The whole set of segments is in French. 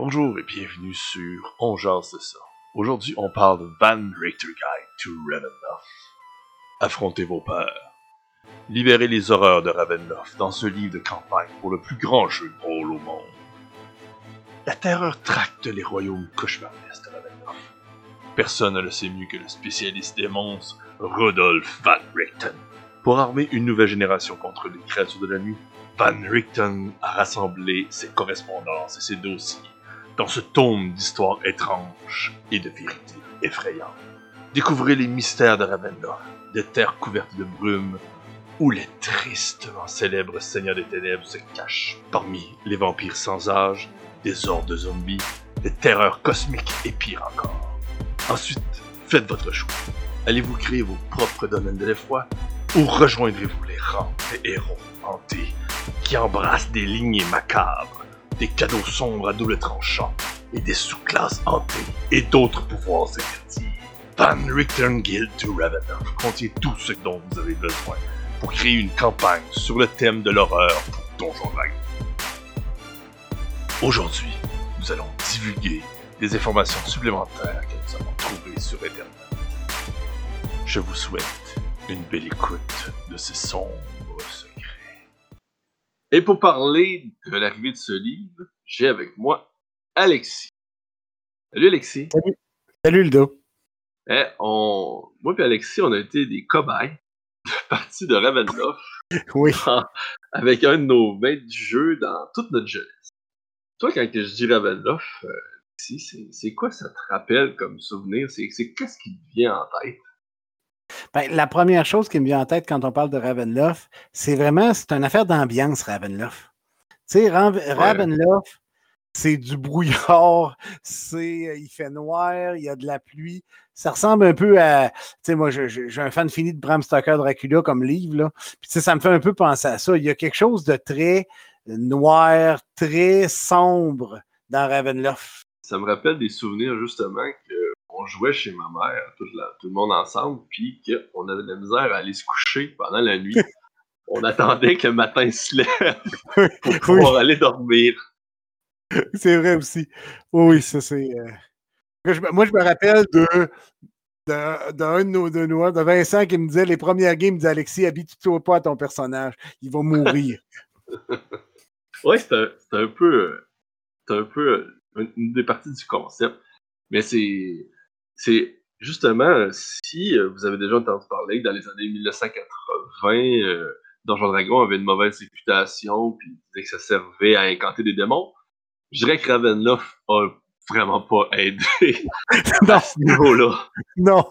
Bonjour et bienvenue sur On jase de ça. Aujourd'hui, on parle de Van Richter Guide to Ravenloft. Affrontez vos peurs. Libérez les horreurs de Ravenloft dans ce livre de campagne pour le plus grand jeu de rôle au monde. La terreur tracte les royaumes cauchemardesques de Ravenloft. Personne ne le sait mieux que le spécialiste des monstres, Rodolphe Van Richten. Pour armer une nouvelle génération contre les créatures de la nuit, Van Richten a rassemblé ses correspondances et ses dossiers dans ce tome d'histoires étranges et de vérités effrayantes. Découvrez les mystères de Ravenloft, des terres couvertes de brume, où les tristement célèbres seigneurs des ténèbres se cachent parmi les vampires sans âge, des hordes de zombies, des terreurs cosmiques et pire encore. Ensuite, faites votre choix. Allez-vous créer vos propres domaines de l'effroi ou rejoindrez-vous les rangs des héros hantés qui embrassent des lignées macabres, des cadeaux sombres à double tranchant et des sous-classes hantées et d'autres pouvoirs interdits? Van Richten Guide to Ravenloft contient tout ce dont vous avez besoin pour créer une campagne sur le thème de l'horreur pour Donjons Dragons. Aujourd'hui, nous allons divulguer des informations supplémentaires que nous avons trouvées sur Internet. Je vous souhaite une belle écoute de ces sombres secrets. Et pour parler de l'arrivée de ce livre, j'ai avec moi Alexis. Salut Alexis. Salut Ludo. Moi et Alexis, on a été des cobayes de partie de Ravenloft. Oui. Avec un de nos maîtres du jeu dans toute notre jeunesse. Toi, quand je dis Ravenloft, Alexis, c'est quoi ça te rappelle comme souvenir? C'est qu'est-ce qui te vient en tête? Ben, la première chose qui me vient en tête quand on parle de Ravenloft, c'est une affaire d'ambiance, Ravenloft. Tu sais, Ravenloft, c'est du brouillard, il fait noir, il y a de la pluie. Ça ressemble un peu à, tu sais, moi, j'ai un fan fini de Bram Stoker Dracula comme livre, là. Puis, tu sais, ça me fait un peu penser à ça. Il y a quelque chose de très noir, très sombre dans Ravenloft. Ça me rappelle des souvenirs, justement, qu'on jouait chez ma mère, tout le monde ensemble, puis qu'on avait de la misère à aller se coucher pendant la nuit. On attendait que le matin se lève pour pouvoir aller dormir. C'est vrai aussi. Oui, ça c'est... Moi, je me rappelle de Vincent qui me disait, les premières games, il me disait, Alexis, habitue-toi pas à ton personnage, il va mourir. Oui, c'est un peu une des parties du concept. Mais c'est justement, si vous avez déjà entendu parler que dans les années 1980, Donjons Dragons avait une mauvaise réputation, puis disait que ça servait à incanter des démons, je dirais que Ravenloft a vraiment pas aidé à ce niveau-là. Non.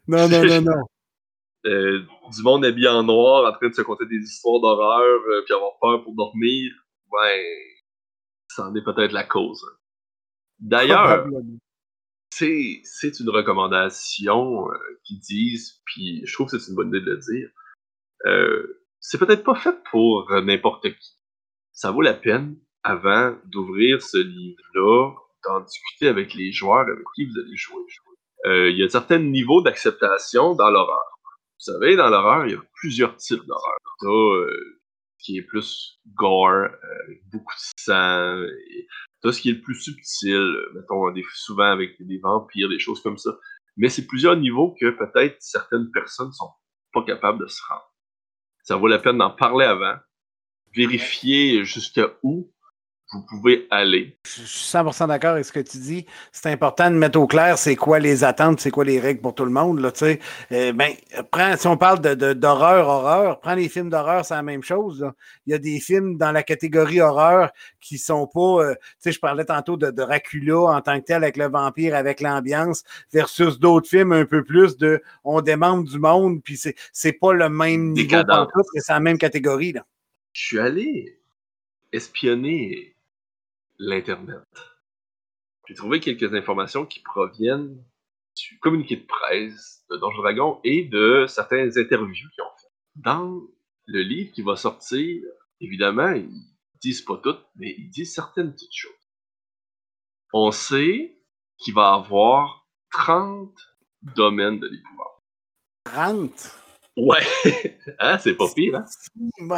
Du monde habillé en noir, en train de se conter des histoires d'horreur, puis avoir peur pour dormir, ça en est peut-être la cause. D'ailleurs, c'est une recommandation qu'ils disent, puis je trouve que c'est une bonne idée de le dire. C'est peut-être pas fait pour n'importe qui. Ça vaut la peine, avant d'ouvrir ce livre-là, d'en discuter avec les joueurs avec qui vous allez jouer. Il y a certains niveaux d'acceptation dans l'horreur. Vous savez, dans l'horreur, il y a plusieurs types d'horreur. T'as qui est plus gore, beaucoup de sang, et t'as ce qui est le plus subtil, mettons, souvent avec des vampires, des choses comme ça. Mais c'est plusieurs niveaux que peut-être certaines personnes sont pas capables de se rendre. Ça vaut la peine d'en parler avant, vérifier jusqu'à où vous pouvez aller. Je suis 100% d'accord avec ce que tu dis. C'est important de mettre au clair c'est quoi les attentes, c'est quoi les règles pour tout le monde. Là, si on parle d'horreur, prends les films d'horreur, c'est la même chose. Là. Il y a des films dans la catégorie horreur qui sont pas... je parlais tantôt de Dracula en tant que tel avec le vampire, avec l'ambiance, versus d'autres films un peu plus de on démembre du monde, puis c'est pas le même niveau pantoute, mais c'est la même catégorie. Là. Je suis allé espionner l'Internet. J'ai trouvé quelques informations qui proviennent du communiqué de presse de Donjons Dragons et de certaines interviews qu'ils ont faites. Dans le livre qui va sortir, évidemment, ils disent pas toutes, mais ils disent certaines petites choses. On sait qu'il va y avoir 30 domaines de l'épouvante. 30? Ouais! Hein, c'est pas pire, hein?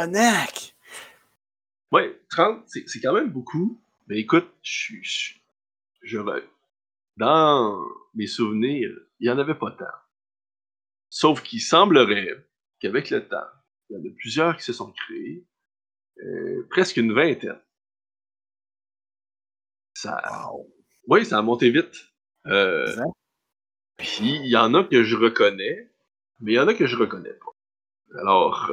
Monac! Ouais, 30, c'est quand même beaucoup. Mais écoute, je dans mes souvenirs, il n'y en avait pas tant. Sauf qu'il semblerait qu'avec le temps, il y en a plusieurs qui se sont créés, presque une vingtaine. Wow. Oui, ça a monté vite. Euh, Exact. Puis il y en a que je reconnais, mais il y en a que je reconnais pas. Alors,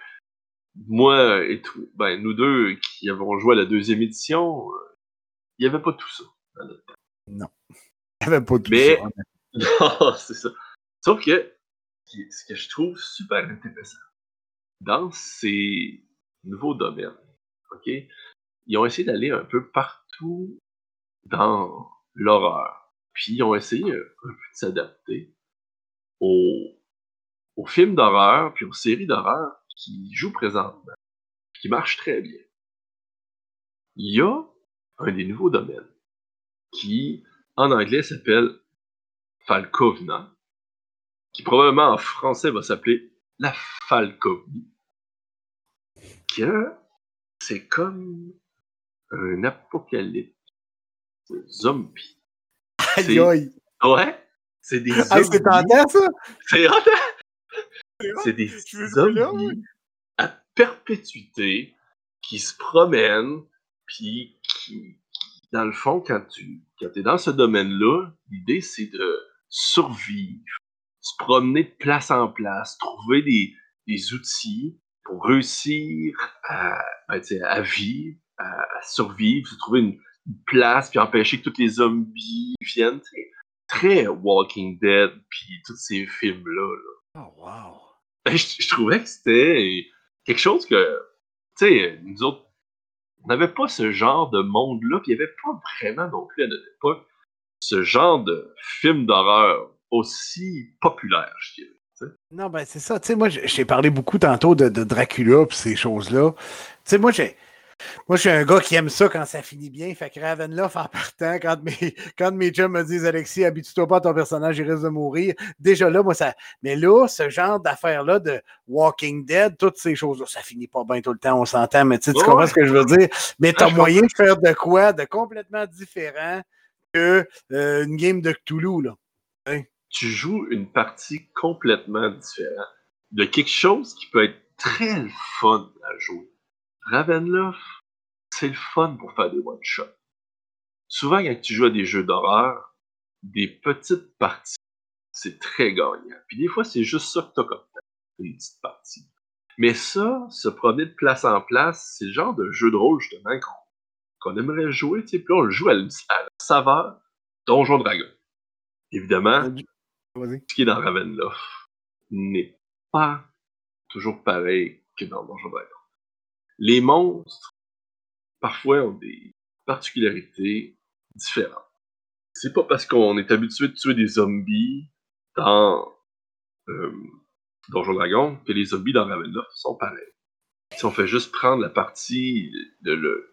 moi et nous deux qui avons joué à la deuxième édition, il n'y avait pas tout ça dans notre temps. Non. Il n'y avait pas tout ça. Mais, non, c'est ça. Sauf que, ce que je trouve super intéressant, dans ces nouveaux domaines, OK, ils ont essayé d'aller un peu partout dans l'horreur. Puis ils ont essayé un peu de s'adapter aux, aux films d'horreur, puis aux séries d'horreur qui jouent présentement, puis qui marchent très bien. Il y a un des nouveaux domaines qui, en anglais, s'appelle Falcovna, qui probablement en français va s'appeler la Falcovnie, que c'est comme un apocalypse de zombies. Aïe aïe. Ouais, c'est des Hey, c'est zombies. tentant, ça? C'est hot, hein? C'est hot. C'est des Je veux jouer là, ouais. zombies à perpétuité qui se promènent, puis qui, dans le fond, quand tu es dans ce domaine-là, l'idée c'est de survivre, se promener de place en place, trouver des outils pour réussir à vivre, à survivre, se trouver une place, puis empêcher que tous les zombies viennent. T'sais. Très Walking Dead, puis tous ces films-là. Oh, wow. Je trouvais que c'était quelque chose que, tu sais, nous autres, on n'avait pas ce genre de monde-là, puis il n'y avait pas vraiment non plus à notre époque ce genre de film d'horreur aussi populaire, je dirais. T'sais. Non, ben c'est ça. Tu sais, moi, j'ai parlé beaucoup tantôt de Dracula et ces choses-là. Tu sais, moi, je suis un gars qui aime ça quand ça finit bien. Fait que Ravenloft, en partant, quand mes chums me disent Alexis, habitue-toi pas à ton personnage, il risque de mourir. Déjà là, moi, ça. Mais là, ce genre d'affaires-là de Walking Dead, toutes ces choses-là, ça finit pas bien tout le temps, on s'entend, mais tu Ouais, comprends ouais. ce que je veux dire? Mais Ah, t'as je moyen comprends. de faire de quoi de complètement différent que une game de Cthulhu, là. Hein? Tu joues une partie complètement différente de quelque chose qui peut être très le fun à jouer. Ravenloft, c'est le fun pour faire des one-shots. Souvent, quand tu joues à des jeux d'horreur, des petites parties, c'est très gagnant. Puis des fois, c'est juste ça que t'as comme temps, une petite partie. Mais ça, se promener de place en place, c'est le genre de jeu de rôle, justement, qu'on aimerait jouer, tu sais. Puis là, on le joue à la saveur Donjon Dragon. Évidemment, Vas-y. ce qui est dans Ravenloft n'est pas toujours pareil que dans Donjon Dragon. Les monstres, parfois, ont des particularités différentes. C'est pas parce qu'on est habitué de tuer des zombies dans euh, Donjon Dragon que les zombies dans Ravenloft sont pareils. Si on fait juste prendre la partie de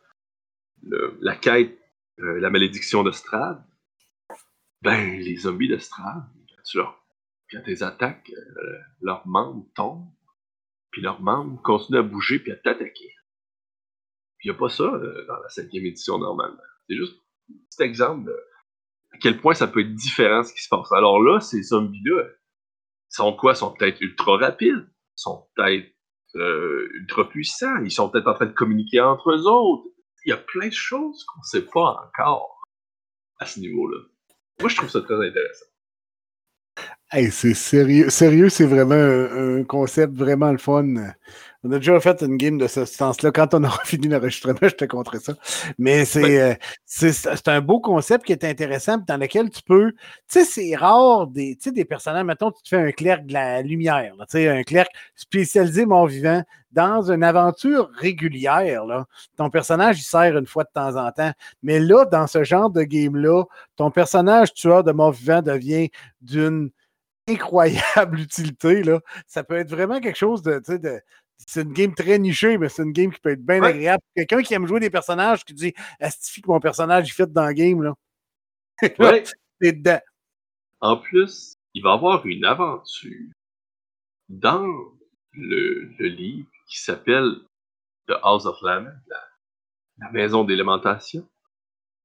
la quête, la malédiction de Strahd, ben les zombies de Strahd, quand ils attaquent, leurs membres tombent, puis leurs membres continuent à bouger puis à t'attaquer. Puis il n'y a pas ça dans la 5e édition normalement. C'est juste un petit exemple de à quel point ça peut être différent ce qui se passe. Alors là, ces zombies-là, sont quoi? Ils sont peut-être ultra rapides, ils sont peut-être ultra puissants, ils sont peut-être en train de communiquer entre eux autres. Il y a plein de choses qu'on ne sait pas encore à ce niveau-là. Moi, je trouve ça très intéressant. Hey, c'est sérieux. Sérieux, c'est vraiment un concept vraiment le fun. On a déjà fait une game de ce sens-là. Quand on aura fini l'enregistrement, je te conterai ça. Mais Ouais. c'est un beau concept qui est intéressant, dans lequel tu peux. Tu sais, c'est rare des personnages. Mettons, tu te fais un clerc de la lumière, là, un clerc spécialisé mort-vivant dans une aventure régulière. Là. Ton personnage, il sert une fois de temps en temps. Mais là, dans ce genre de game-là, ton personnage tueur de mort-vivant devient d'une incroyable utilité. Là. Ça peut être vraiment quelque chose de c'est une game très nichée, mais c'est une game qui peut être bien Ouais. agréable. Quelqu'un qui aime jouer des personnages qui dit Astifie que mon personnage il fit dans le game, là. Là, Ouais. t'es dedans. En plus, il va y avoir une aventure dans le livre qui s'appelle The House of Lament, la maison d'élémentation.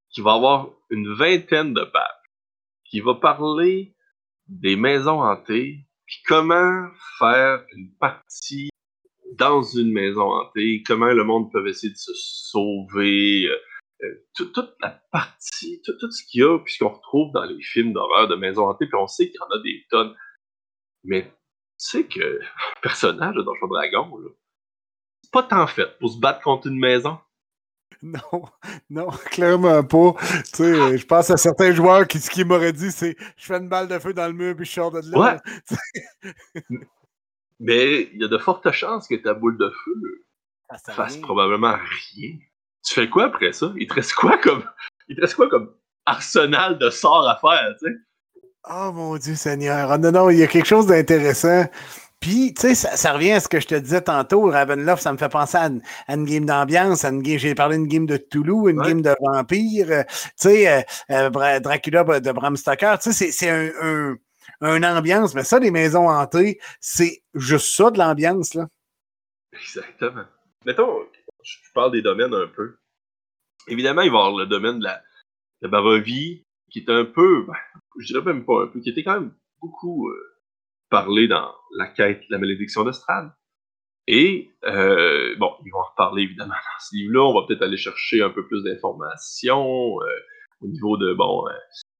qui va avoir une vingtaine de pages, qui va parler des maisons hantées, puis comment faire une partie dans une maison hantée, comment le monde peut essayer de se sauver, toute la partie, tout ce qu'il y a, puis ce qu'on retrouve dans les films d'horreur de maisons hantées, puis on sait qu'il y en a des tonnes. Mais tu sais que le personnage de Donjon Dragon, là, c'est pas tant fait pour se battre contre une maison. Non, non, clairement pas. Tu sais, je pense à certains joueurs qui, ce qu'ils m'auraient dit, c'est je fais une balle de feu dans le mur puis je sors de là. Ouais, Là. mais il y a de fortes chances que ta boule de feu Ça sert à fasse rien. probablement rien. Tu fais quoi après ça? Il te reste quoi comme arsenal de sorts à faire, tu sais? Oh mon Dieu Seigneur. Ah, non, non, il y a quelque chose d'intéressant. Puis, tu sais, ça revient à ce que je te disais tantôt. Ravenloft, ça me fait penser à une game d'ambiance, j'ai parlé d'une game de Toulouse, une Ouais, game de vampire, tu sais, Dracula de Bram Stoker. Tu sais, c'est un ambiance, mais ça, les maisons hantées, c'est juste ça de l'ambiance, là. exactement. Mettons, je parle des domaines un peu. Évidemment, il va y avoir le domaine de Barovie, qui est un peu, je dirais même pas un peu, qui était quand même beaucoup parlé dans la quête de la malédiction de Strahd. Et, bon, ils vont en reparler évidemment dans ce livre-là. On va peut-être aller chercher un peu plus d'informations au niveau de, bon,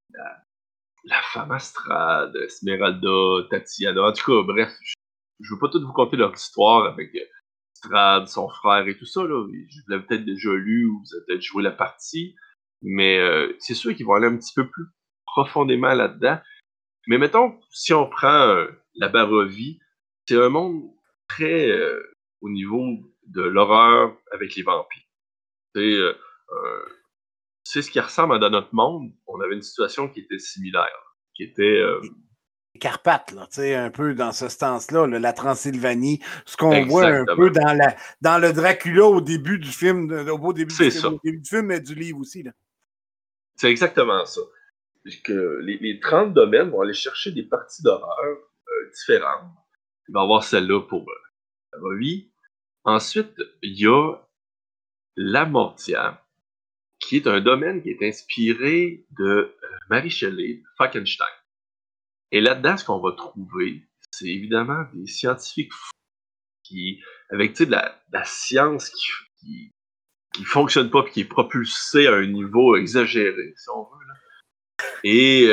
la femme Astrade, Esmeralda, Tatiana. En tout cas, bref, je veux pas tout vous conter leur histoire avec Strad, son frère et tout ça. Là. Je l'avais peut-être déjà lu ou vous avez peut-être joué la partie. Mais c'est sûr qu'ils vont aller un petit peu plus profondément là-dedans. Mais mettons, si on prend la Barovie, c'est un monde très au niveau de l'horreur avec les vampires. C'est c'est ce qui ressemble à dans notre monde. On avait une situation qui était similaire, qui était Les Carpates, là, tu sais, un peu dans ce sens-là, là, la Transylvanie, ce qu'on voit un peu exactement. dans le Dracula au début du film, C'est ça. au début du film, mais du livre aussi, là. C'est exactement ça. Que les 30 domaines vont aller chercher des parties d'horreur différentes. Il va y avoir celle-là pour la Barovie. Ensuite, il y a la Mordia, qui est un domaine qui est inspiré de Mary Shelley, Frankenstein. Et là-dedans, ce qu'on va trouver, c'est évidemment des scientifiques fous qui, avec de la science qui fonctionne pas et qui est propulsée à un niveau exagéré, si on veut. Là. Et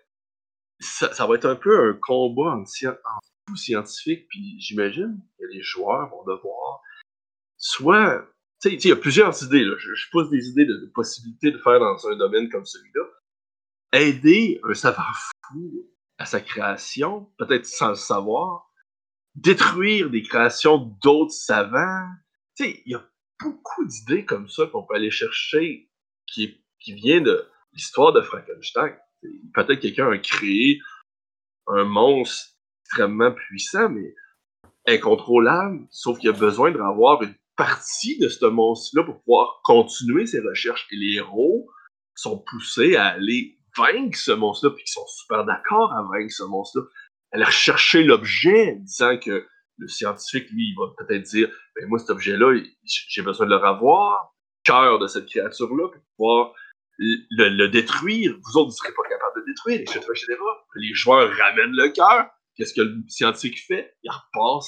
ça va être un peu un combat en fous scientifiques, puis j'imagine que les joueurs vont devoir soit. Tu sais, il y a plusieurs idées, là. Je pousse des idées de possibilités de faire dans un domaine comme celui-là. Aider un savant fou à sa création, peut-être sans le savoir, détruire des créations d'autres savants. Tu sais, il y a beaucoup d'idées comme ça qu'on peut aller chercher qui vient de l'histoire de Frankenstein. Peut-être quelqu'un a créé un monstre extrêmement puissant, mais incontrôlable, sauf qu'il a besoin d'avoir une partie de ce monstre-là pour pouvoir continuer ses recherches. Et les héros sont poussés à aller vaincre ce monstre-là, puis ils sont super d'accord à vaincre ce monstre-là. À aller rechercher l'objet, disant que le scientifique, lui, il va peut-être dire ben moi, cet objet-là, j'ai besoin de le revoir, cœur de cette créature-là, pour pouvoir le détruire. Vous autres, vous ne serez pas capable de le détruire, etc., etc. Les joueurs ramènent le cœur. Qu'est-ce que le scientifique fait? Il repart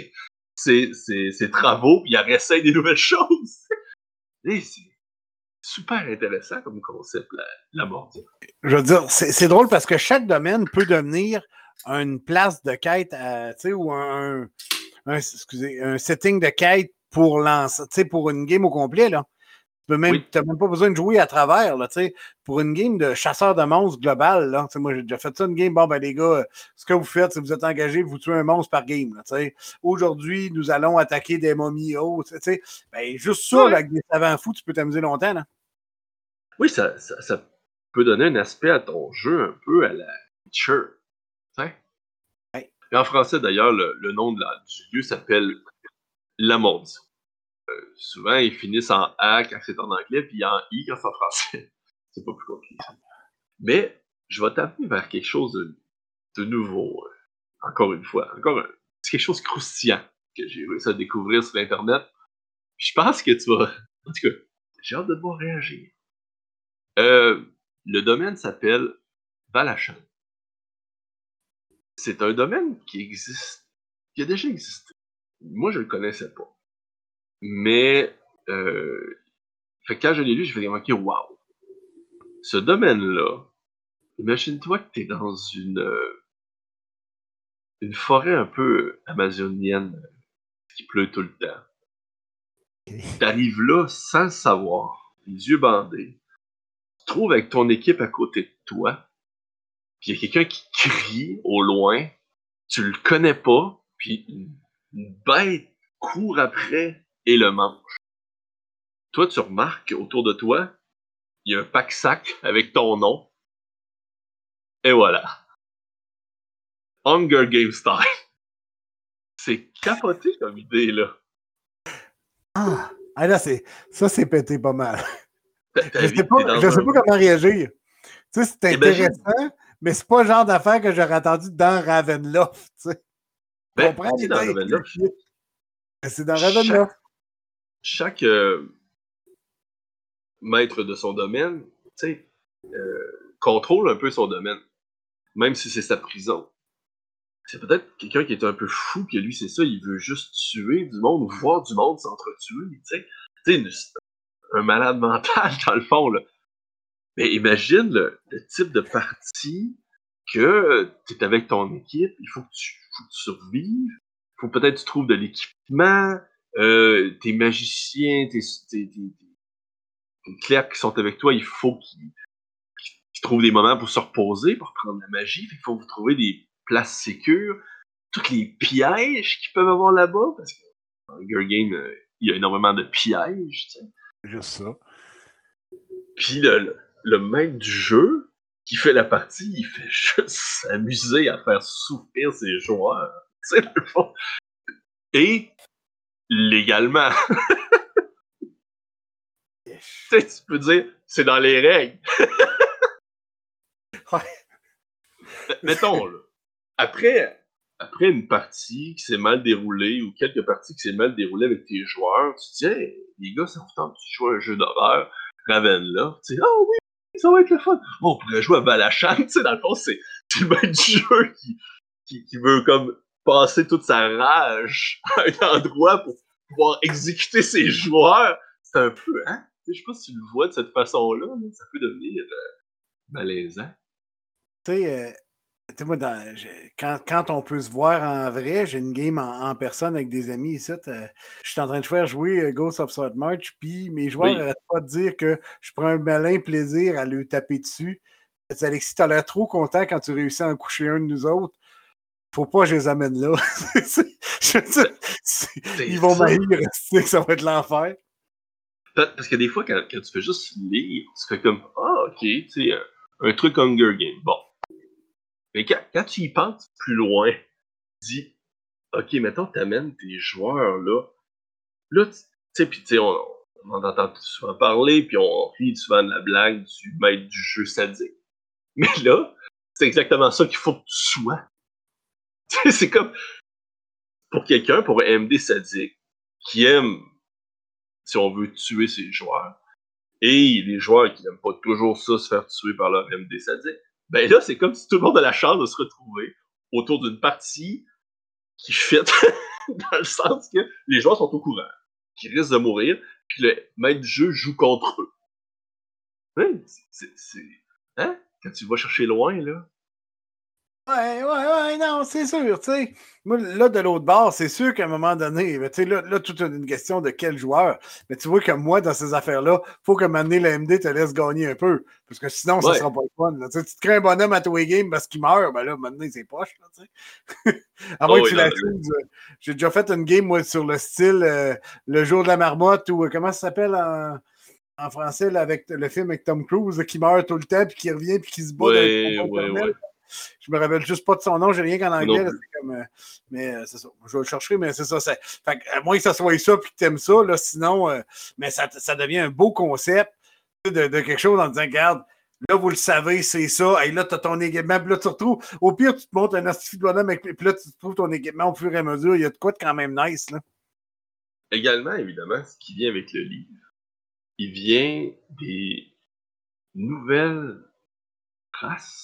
ses travaux, puis il réessaye des nouvelles choses. Et c'est super intéressant comme concept, la mordière. Je veux dire, c'est drôle parce que chaque domaine peut devenir une place de quête, tu sais, ou excusez, un setting de quête pour lancer, tu sais, pour une game au complet, là. Tu Oui, n'as même pas besoin de jouer à travers, là, tu sais. Pour une game de chasseur de monstres global, là, tu sais, moi, j'ai déjà fait ça, une game. Bon, ben, les gars, ce que vous faites, c'est que vous êtes engagés, vous tuez un monstre par game, là, tu sais. Aujourd'hui, nous allons attaquer des momies hautes, tu sais. Ben, juste ça, là, ouais. avec des savants fous, tu peux t'amuser longtemps, là. Oui, ça peut donner un aspect à ton jeu un peu à la Witcher. Hein? Ouais. Et en français, d'ailleurs, le nom du lieu s'appelle La Mordie. Souvent, ils finissent en A quand c'est en anglais, puis en I quand c'est en français. C'est pas plus compliqué. Mais je vais t'amener vers quelque chose de nouveau. Encore une fois. C'est quelque chose de croustillant que j'ai réussi à découvrir sur Internet. Puis je pense que tu vas. En tout cas, j'ai hâte de te voir réagir. Le domaine s'appelle Valachan. C'est un domaine qui existe, qui a déjà existé. Moi, je le connaissais pas. Mais, fait que quand je l'ai lu, j'ai fait OK, wow. Ce domaine-là, imagine-toi que t'es dans une forêt un peu amazonienne qui pleut tout le temps. T'arrives là sans le savoir, les yeux bandés. Tu te trouves avec ton équipe à côté de toi, puis il y a quelqu'un qui crie au loin, tu le connais pas, puis une bête court après et le mange. Toi, tu remarques autour de toi, il y a un pack-sac avec ton nom, et voilà. Hunger Games style. C'est capoté comme idée, là. Ah, là, ça, c'est pété pas mal. Je sais T'es pas, dans je sais un... pas comment réagir. Tu sais, c'est Imagine, intéressant, mais c'est pas le genre d'affaire que j'aurais entendu dans Ravenloft, tu sais. ben, Comprends tu sais, dans l'idée? Ravenloft, C'est dans chaque, Ravenloft. chaque maître de son domaine, tu sais, contrôle un peu son domaine, même si c'est sa prison. C'est peut-être quelqu'un qui est un peu fou, que lui, c'est ça, il veut juste tuer du monde ou voir du monde s'entretuer, tu sais. Tu sais, un malade mental, dans le fond, là. Mais imagine le type de partie que tu es avec ton équipe, faut que tu survives, il faut peut-être que tu trouves de l'équipement, tes magiciens, tes clercs qui sont avec toi, il faut qu'ils trouvent des moments pour se reposer, pour prendre la magie, il faut que vous trouver des places sécures, tous les pièges qu'ils peuvent avoir là-bas, parce que dans Hunger Game, il y a énormément de pièges, tu sais. Juste ça. Puis le maître du jeu qui fait la partie, il fait juste s'amuser à faire souffrir ses joueurs. Tu sais, dans le fond. Et légalement. Tu sais, tu peux dire, c'est dans les règles. Ouais. Mettons, là, après une partie qui s'est mal déroulée ou quelques parties qui s'est mal déroulées avec tes joueurs, tu te dis, hey, les gars, ça vous tente de jouer à un jeu d'horreur, Ravenloft. Tu sais, oh oui, ça va être le fun. Bon, on pourrait jouer à Valachan, tu sais, dans le fond, c'est le maître du jeu qui veut comme passer toute sa rage à un endroit pour pouvoir exécuter ses joueurs. C'est un peu, hein? Je sais pas si tu le vois de cette façon-là, mais ça peut devenir malaisant. Tu sais, moi, quand on peut se voir en vrai, j'ai une game en personne avec des amis ici. Je suis en train de faire jouer Ghost of Sword March, puis mes joueurs Oui. n'arrêtent pas de dire que je prends un malin plaisir à le taper dessus. Alexis, t'as l'air trop content quand tu réussis à en coucher un de nous autres. Faut pas que je les amène là. C'est Ils vont ça. m'haïr, ça va être l'enfer. Parce que des fois, quand tu fais juste lire, tu fais comme, ah, ok, tu sais, un truc Hunger Game. Bon. Mais quand tu y penses plus loin, tu dis, ok, mettons, t'amènes tes joueurs là. Là, tu sais, puis tu sais, on en entend souvent parler, puis on rit souvent de la blague du maître du jeu sadique. Mais là, c'est exactement ça qu'il faut que tu sois. Tu sais, c'est comme, pour quelqu'un, pour un MD sadique, qui aime, si on veut, tuer ses joueurs, et les joueurs qui n'aiment pas toujours ça, se faire tuer par leur MD sadique, ben là, c'est comme si tout le monde a la chance de se retrouver autour d'une partie qui fit dans le sens que les joueurs sont au courant, qui risquent de mourir, puis le maître du jeu joue contre eux. Oui, Hein? Quand tu vas chercher loin, là. Ouais, non, c'est sûr, tu sais. Moi, là, de l'autre bord, c'est sûr qu'à un moment donné, tu sais, là, tout est une question de quel joueur. Mais tu vois que moi, dans ces affaires-là, il faut que maintenant l'AMD te laisse gagner un peu. Parce que sinon, ça Ouais. sera pas le fun. Là. Tu te crées un bonhomme à tous les games parce qu'il meurt, ben là, maintenant, c'est poche, là, tu sais. À moins Oh, que oui, tu non, la chooses. J'ai déjà fait une game, moi, sur le style Le jour de la marmotte ou comment ça s'appelle en français, là, avec le film avec Tom Cruise, là, qui meurt tout le temps, puis qui revient, puis qui se bat d'un ouais, combat ouais, éternel. ouais. Je me rappelle juste pas de son nom, j'ai rien qu'en Moi non anglais. Là, plus. c'est comme, mais c'est ça. Je vais le chercher, mais c'est ça. Fait que, à moins que ça soit ça puis que tu aimes ça, là, sinon, mais ça devient un beau concept de quelque chose en disant, regarde, là, vous le savez, c'est ça. Et là, tu as ton équipement. Puis là, tu retrouves. Au pire, tu te montes un astuce de bonhomme. Puis là, tu trouves ton équipement au fur et à mesure. Il y a de quoi de quand même nice. Là. Également, évidemment, ce qui vient avec le livre, il vient nouvelles races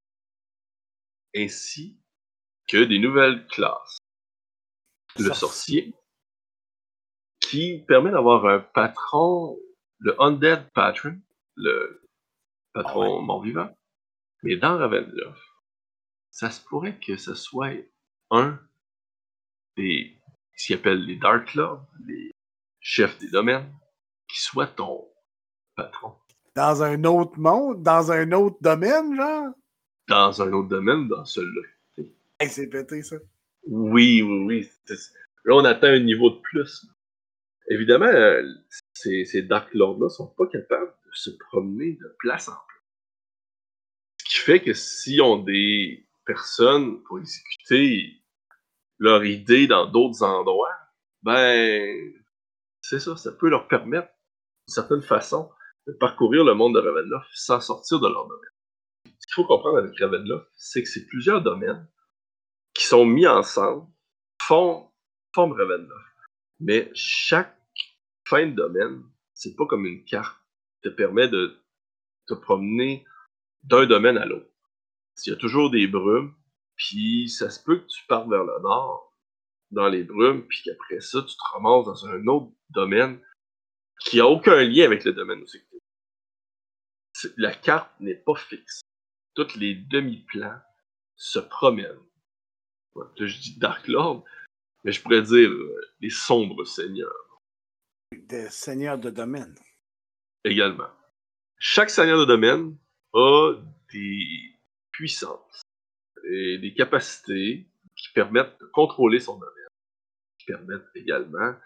ainsi que des nouvelles classes. Le sorcier, qui permet d'avoir un patron, le Undead Patron, le patron mort-vivant. Mais dans Ravenloft, ça se pourrait que ce soit un des, ce qu'ils appellent les Dark Lords, les chefs des domaines, qui soit ton patron. Dans un autre monde? Dans un autre domaine, genre? Dans un autre domaine, dans celui-là. Hey, c'est pété, ça. Oui. Là, on atteint un niveau de plus. Évidemment, ces Dark Lords-là sont pas capables de se promener de place en place. Ce qui fait que si on des personnes pour exécuter leur idée dans d'autres endroits, ben, c'est ça, ça peut leur permettre, d'une certaine façon, de parcourir le monde de Ravenloft sans sortir de leur domaine. Ce qu'il faut comprendre avec Ravenloft, c'est que c'est plusieurs domaines qui sont mis ensemble, forment Ravenloft. Mais chaque fin de domaine, c'est pas comme une carte qui te permet de te promener d'un domaine à l'autre. Il y a toujours des brumes, puis ça se peut que tu partes vers le nord, dans les brumes, puis qu'après ça, tu te ramasses dans un autre domaine qui a aucun lien avec le domaine où c'est que t'es. La carte n'est pas fixe. Tous les demi-plans se promènent. Ouais, là, je dis Dark Lord, mais je pourrais dire les sombres seigneurs. Des seigneurs de domaine. Également. Chaque seigneur de domaine a des puissances et des capacités qui permettent de contrôler son domaine, qui permettent également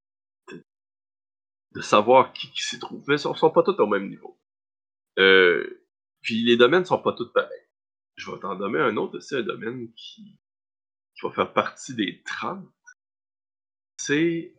de savoir qui s'y trouve. Mais ils ne sont pas tous au même niveau. Puis les domaines ne sont pas tous pareils. Je vais t'en nommer un autre aussi, un domaine qui va faire partie des 30. C'est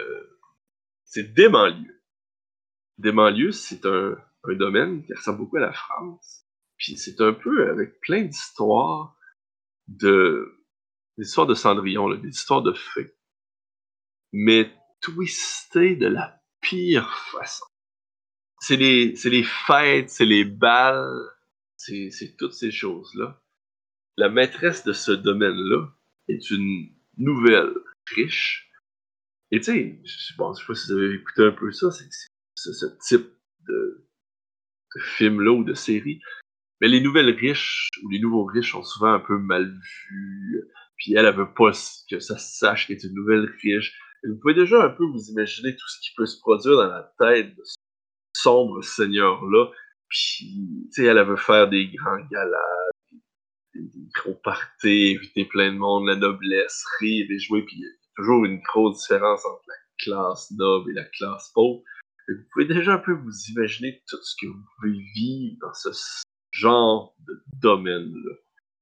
Desmanlieux. Desmanlieux, c'est un domaine qui ressemble beaucoup à la France. Puis c'est un peu avec plein d'histoires des histoires de Cendrillon, là, des histoires de fées. Mais twistées de la pire façon. C'est les fêtes, c'est les balles, c'est toutes ces choses-là. La maîtresse de ce domaine-là est une nouvelle riche. Et tu sais, je sais pas si vous avez écouté un peu ça, c'est ce type de film-là ou de série. Mais les nouvelles riches ou les nouveaux riches sont souvent un peu mal vus. Puis elle veut pas que ça se sache qu'elle est une nouvelle riche. Et vous pouvez déjà un peu vous imaginer tout ce qui peut se produire dans la tête de ce sombre seigneur-là. Puis, tu sais, elle veut faire des grands galas, des gros parties, inviter plein de monde, la noblesse, rire et jouer. Puis il y a toujours une grosse différence entre la classe noble et la classe pauvre. Et vous pouvez déjà un peu vous imaginer tout ce que vous pouvez vivre dans ce genre de domaine-là.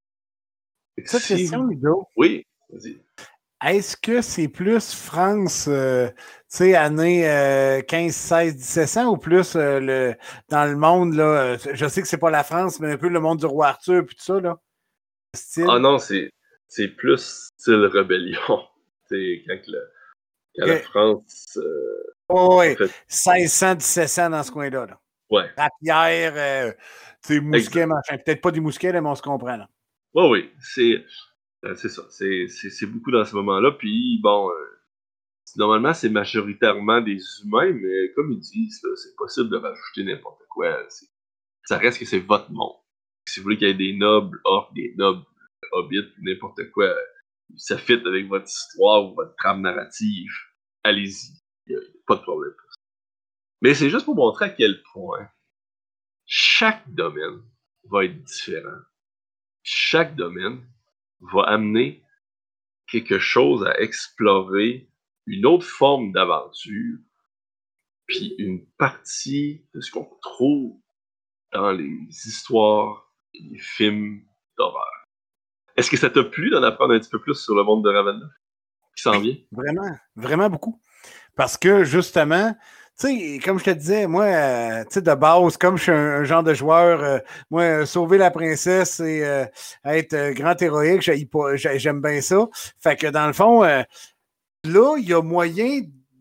Cette question, Ludo. Oui, vas-y. Est-ce que c'est plus France, tu sais, années 15, 16, 1700 ou plus dans le monde, là, je sais que c'est pas la France, mais un peu le monde du roi Arthur puis tout ça, là? Style. Ah non, c'est plus style rébellion. C'est quand la France... oui, 1600, 1700 dans ce coin-là. Là. Ouais. Rapière, tu sais, mousquet, machin. Peut-être pas des mousquets, là, mais on se comprend, là. Oui, c'est ça. C'est beaucoup dans ce moment-là. Puis, bon, normalement, c'est majoritairement des humains, mais comme ils disent, là, c'est possible de rajouter n'importe quoi. Ça reste que c'est votre monde. Si vous voulez qu'il y ait des nobles orques, des nobles hobbits, n'importe quoi, ça fit avec votre histoire ou votre trame narrative, allez-y. Il n'y a pas de problème pour ça. Mais c'est juste pour montrer à quel point chaque domaine va être différent. Chaque domaine va amener quelque chose à explorer, une autre forme d'aventure, puis une partie de ce qu'on trouve dans les histoires et les films d'horreur. Est-ce que ça t'a plu d'en apprendre un petit peu plus sur le monde de Ravenloft qui s'en vient? Vraiment, vraiment beaucoup. Parce que, justement, tu sais, comme je te disais, moi, tu sais, de base, comme je suis un genre de joueur, moi, sauver la princesse et être grand héroïque, j'aime bien ça. Fait que, dans le fond, là, il y a moyen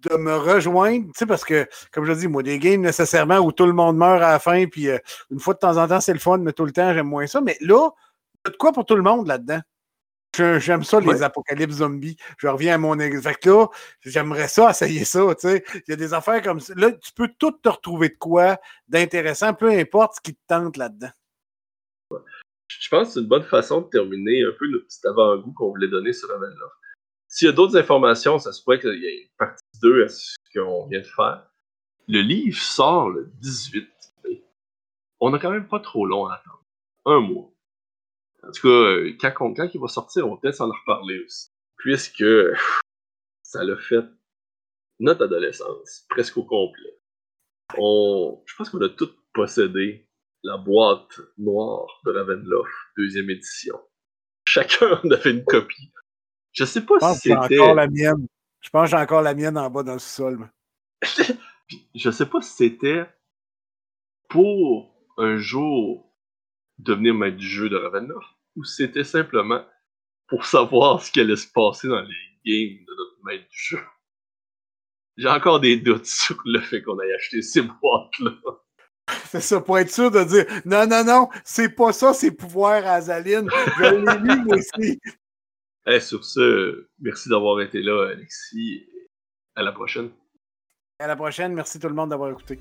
de me rejoindre, tu sais, parce que, comme je dis, moi, des games nécessairement où tout le monde meurt à la fin, puis une fois de temps en temps, c'est le fun, mais tout le temps, j'aime moins ça. Mais là, il y a de quoi pour tout le monde là-dedans? J'aime ça, les apocalypses zombies. Je reviens à mon fait que là, j'aimerais ça, essayer ça, tu sais. Il y a des affaires comme ça. Là, tu peux tout te retrouver de quoi d'intéressant, peu importe ce qui te tente là-dedans. Je pense que c'est une bonne façon de terminer un peu le petit avant-goût qu'on voulait donner sur Ravenloft. S'il y a d'autres informations, ça se pourrait qu'il y ait une partie 2 à ce qu'on vient de faire. Le livre sort le 18 mai. On n'a quand même pas trop long à attendre. 1 mois. En tout cas, quand il va sortir, on va peut-être s'en reparler aussi. Puisque ça l'a fait notre adolescence, presque au complet. Je pense qu'on a tous possédé la boîte noire de Ravenloft, 2e édition. Chacun en avait une copie. Je sais pas si c'était... encore la mienne. Je pense que j'ai encore la mienne en bas dans le sous-sol. Je sais pas si c'était pour un jour devenir maître du jeu de Ravenloft ou si c'était simplement pour savoir ce qui allait se passer dans les games de notre maître du jeu. J'ai encore des doutes sur le fait qu'on ait acheté ces boîtes-là. C'est ça, pour être sûr de dire non, c'est pas ça, c'est pouvoir à Azaline. Je l'ai lu, moi aussi. Sur ce, merci d'avoir été là, Alexis. À la prochaine. À la prochaine, merci tout le monde d'avoir écouté.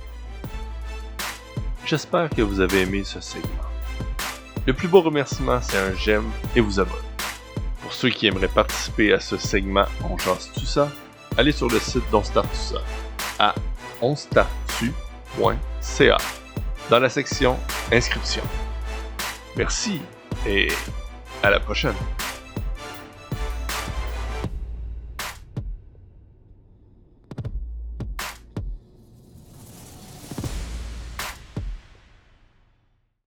J'espère que vous avez aimé ce segment. Le plus beau remerciement, c'est un j'aime et vous abonner. Pour ceux qui aimeraient participer à ce segment On jase tout ça, allez sur le site d'On Start Tout Ça à onstarttu.ca dans la section Inscription. Merci et à la prochaine.